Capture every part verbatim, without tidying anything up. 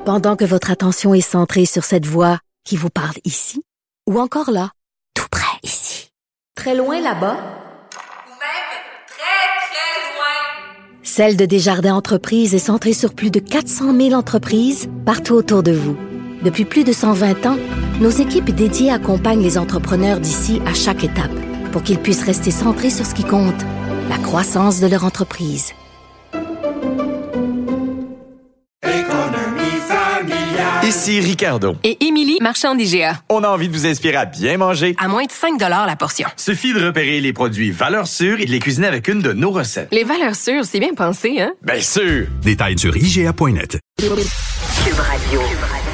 Pendant que votre attention est centrée sur cette voix qui vous parle ici, ou encore là, tout près ici, très loin là-bas, ou même très, très loin, Celle de Desjardins Entreprises est centrée sur plus de quatre cent mille entreprises partout autour de vous. Depuis plus de cent vingt ans, nos équipes dédiées accompagnent les entrepreneurs d'ici à chaque étape pour qu'ils puissent rester centrés sur ce qui compte, la croissance de leur entreprise. Ici Ricardo. Et Émilie, marchand d'I G A. On a envie de vous inspirer à bien manger. À moins de cinq dollars la portion. Suffit de repérer les produits valeurs sûres et de les cuisiner avec une de nos recettes. Les valeurs sûres, c'est bien pensé, hein? Bien sûr! Détails sur I G A point net. Cube Radio.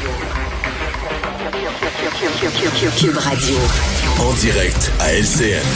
Cube Radio. En direct à L C N.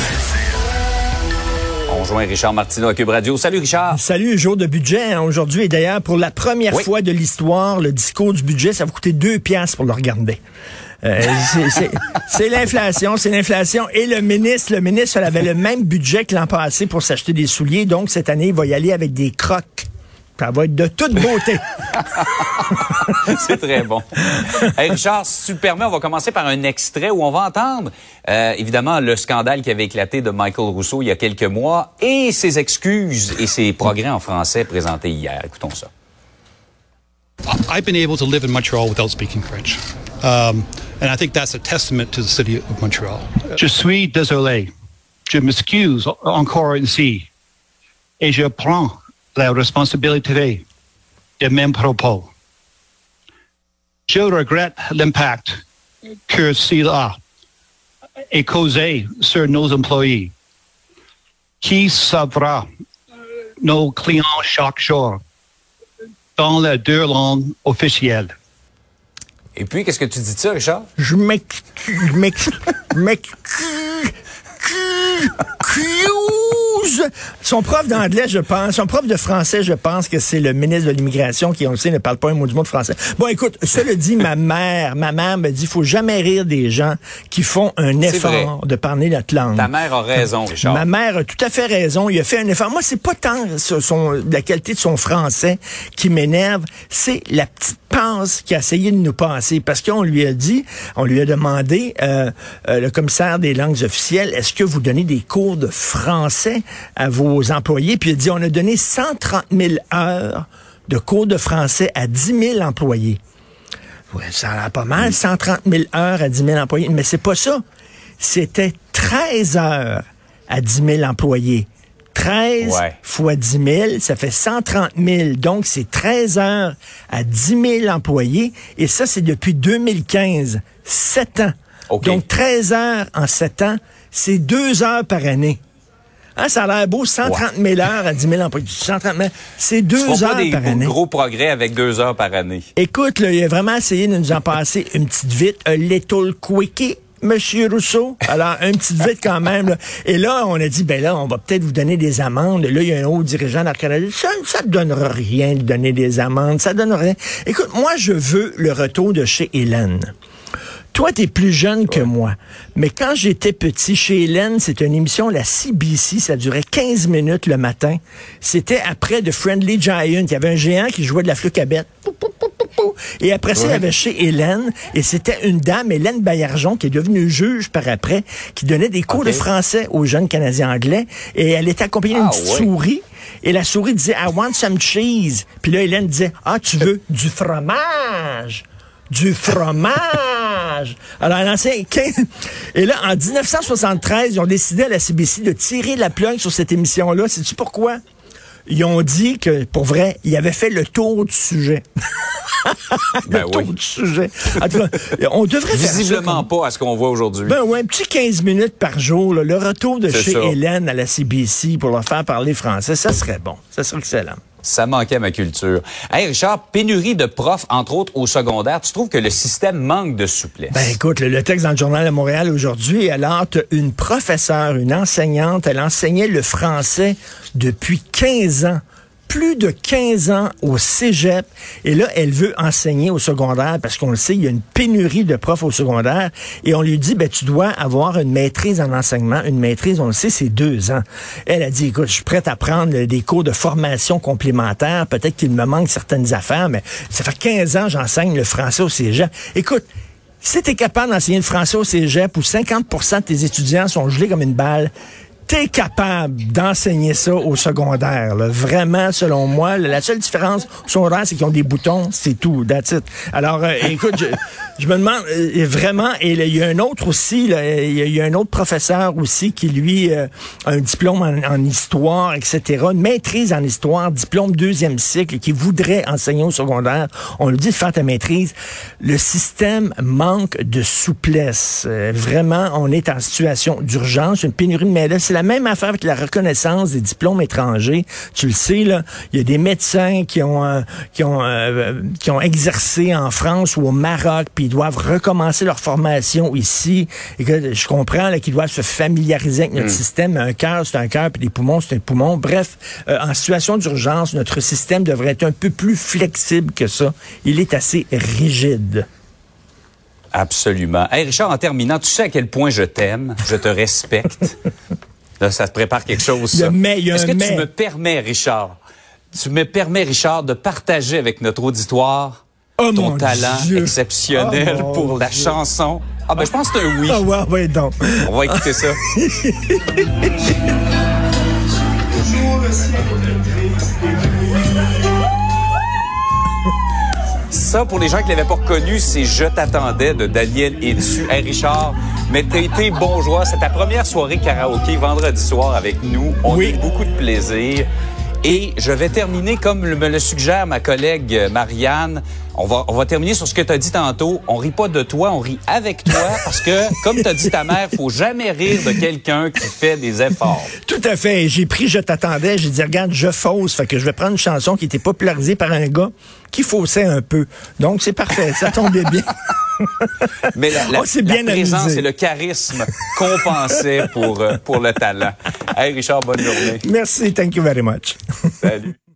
On rejoint Richard Martineau à Cube Radio. Salut Richard. Salut, jour de budget hein, aujourd'hui. Et d'ailleurs, pour la première oui. fois de l'histoire, le discours du budget, ça va coûter deux piastres pour le regarder. Euh, c'est, c'est, c'est l'inflation, c'est l'inflation. Et le ministre, le ministre, elle avait le même budget que l'an passé pour s'acheter des souliers. Donc, cette année, il va y aller avec des crocs. Ça va être de toute beauté. C'est très bon. Hey Richard, si tu le permets, on va commencer par un extrait où on va entendre, euh, évidemment, le scandale qui avait éclaté de Michael Rousseau il y a quelques mois et ses excuses et ses progrès en français présentés hier. Écoutons ça. I've been able to live in Montreal without speaking French. Um, and I think that's a testament to the city of Montreal. Je suis désolé. Je m'excuse encore ici. Et je prends la responsabilité de mes propos. Je regrette l'impact que cela a causé sur nos employés, qui saura nos clients chaque jour dans les deux langues officielles. Et puis, qu'est-ce que tu dis de ça, Richard? Je m'excuse, je m'excuse, je m'excuse. Son prof d'anglais, je pense, son prof de français, je pense que c'est le ministre de l'Immigration qui, on le sait, ne parle pas un mot du mot de français. Bon, écoute, cela dit, ma mère, ma mère me dit, faut jamais rire des gens qui font un effort de parler notre langue. Ta mère a raison, Richard. Ma mère a tout à fait raison. Il a fait un effort. Moi, c'est pas tant son, la qualité de son français qui m'énerve, c'est la petite pense qu'il a essayé de nous passer, parce qu'on lui a dit, on lui a demandé, euh, euh, le commissaire des langues officielles, est-ce que vous donnez des cours de français à vos employés? Puis il a dit, on a donné cent trente mille heures de cours de français à dix mille employés. Ouais, ça a l'air pas mal, cent trente mille heures à dix mille employés, mais c'est pas ça. C'était treize heures à dix mille employés. treize ouais. fois dix mille, ça fait cent trente mille. Donc, c'est treize heures à dix mille employés. Et ça, c'est depuis deux mille quinze. sept ans. Okay. Donc, treize heures en sept ans, c'est deux heures par année. Hein, ça a l'air beau, cent trente mille ouais. heures à dix mille employés. cent trente mille, c'est deux heures des par année. Gros progrès avec deux heures par année. Écoute, là, il a vraiment essayé de nous en passer une petite vite, un little quickie. Monsieur Rousseau, alors un petit vite quand même. Là. Et là, on a dit, ben là, on va peut-être vous donner des amendes. Là, il y a un haut dirigeant d'Arc-Canada. Ça ça ne donnera rien de donner des amendes. Ça donne rien. Écoute, moi, je veux le retour de chez Hélène. Toi, t'es plus jeune que moi. Mais quand j'étais petit, chez Hélène, c'était une émission, la C B C, ça durait quinze minutes le matin. C'était après The Friendly Giant. Il y avait un géant qui jouait de la flûte-à-bec. Et après ça, ouais. il y avait chez Hélène, et c'était une dame, Hélène Baillargeon, qui est devenue juge par après, qui donnait des cours okay. de français aux jeunes Canadiens anglais, et elle était accompagnée d'une ah, petite ouais. souris, et la souris disait « I want some cheese ». Puis là, Hélène disait « Ah, tu veux du fromage ». Du fromage! Alors, elle enseigne quinze... Et là, en dix-neuf cent soixante-treize, ils ont décidé à la C B C de tirer la plug sur cette émission-là. Sais-tu pourquoi? Ils ont dit que, pour vrai, ils avaient fait le tour du sujet. le ben tour oui. du sujet. En tout cas, on devrait faire ça. Visiblement pas à ce qu'on voit aujourd'hui. Ben ouais, un petit quinze minutes par jour, là, le retour de C'est chez ça. Hélène à la C B C pour leur faire parler français, ça serait bon. Ça serait excellent. Ça manquait à ma culture. Hey Richard, pénurie de profs, entre autres au secondaire. Tu trouves que le système manque de souplesse? Ben écoute, le, le texte dans le Journal de Montréal aujourd'hui, alors une professeure, une enseignante, elle enseignait le français depuis quinze ans. plus de quinze ans au cégep. Et là, elle veut enseigner au secondaire parce qu'on le sait, il y a une pénurie de profs au secondaire. Et on lui dit, ben, tu dois avoir une maîtrise en enseignement. Une maîtrise, on le sait, c'est deux ans. Elle a dit, écoute, je suis prête à prendre des cours de formation complémentaire. Peut-être qu'il me manque certaines affaires, mais ça fait quinze ans que j'enseigne le français au cégep. Écoute, si tu es capable d'enseigner le français au cégep où cinquante pour cent de tes étudiants sont gelés comme une balle, t'es capable d'enseigner ça au secondaire. Là. Vraiment, selon moi, là, la seule différence au secondaire, c'est qu'ils ont des boutons, c'est tout, that's it. Alors, euh, écoute, je, je me demande euh, vraiment, et il y a un autre aussi, il y, y a un autre professeur aussi qui, lui, euh, a un diplôme en, en histoire, et cetera, une maîtrise en histoire, diplôme deuxième cycle, et qui voudrait enseigner au secondaire. On lui dit de faire ta maîtrise. Le système manque de souplesse. Euh, vraiment, on est en situation d'urgence, une pénurie de main-d'œuvre. C'est la même affaire avec la reconnaissance des diplômes étrangers. Tu le sais, là, il y a des médecins qui ont euh, qui ont euh, qui ont exercé en France ou au Maroc, puis ils doivent recommencer leur formation ici. Et que je comprends là, qu'ils doivent se familiariser avec notre mmh. système. Un cœur, c'est un cœur, puis des poumons, c'est un poumon. Bref, euh, en situation d'urgence, notre système devrait être un peu plus flexible que ça. Il est assez rigide. Absolument. Hey Richard, en terminant, tu sais à quel point je t'aime, je te respecte. Là, ça te prépare quelque chose, ça. Est-ce que mais. tu me permets, Richard, tu me permets, Richard, de partager avec notre auditoire oh ton talent Dieu. exceptionnel oh pour la Dieu. chanson? Ah ben, je pense que c'est un oui. Ah ouais, ouais, donc. On va écouter ça. Ça, pour les gens qui l'avaient pas reconnu, c'est « Je t'attendais » de Daniel Etu. Hey Richard, mais t'as été bon joueur. C'est ta première soirée karaoké vendredi soir avec nous. On oui. a eu beaucoup de plaisir. Et je vais terminer comme me le suggère ma collègue Marianne. On va, on va terminer sur ce que tu as dit tantôt. On rit pas de toi, on rit avec toi parce que, comme t'as dit ta mère, faut jamais rire de quelqu'un qui fait des efforts. Tout à fait. J'ai pris « Je t'attendais », j'ai dit « Regarde, je fausse ». Fait que je vais prendre une chanson qui était popularisée par un gars qui faussait un peu. Donc, c'est parfait. Ça tombait bien. Mais la, la, oh, c'est bien la présence amusé. et le charisme compensaient pour, pour le talent. Hey Richard, bonne journée. Merci. Thank you very much. Salut.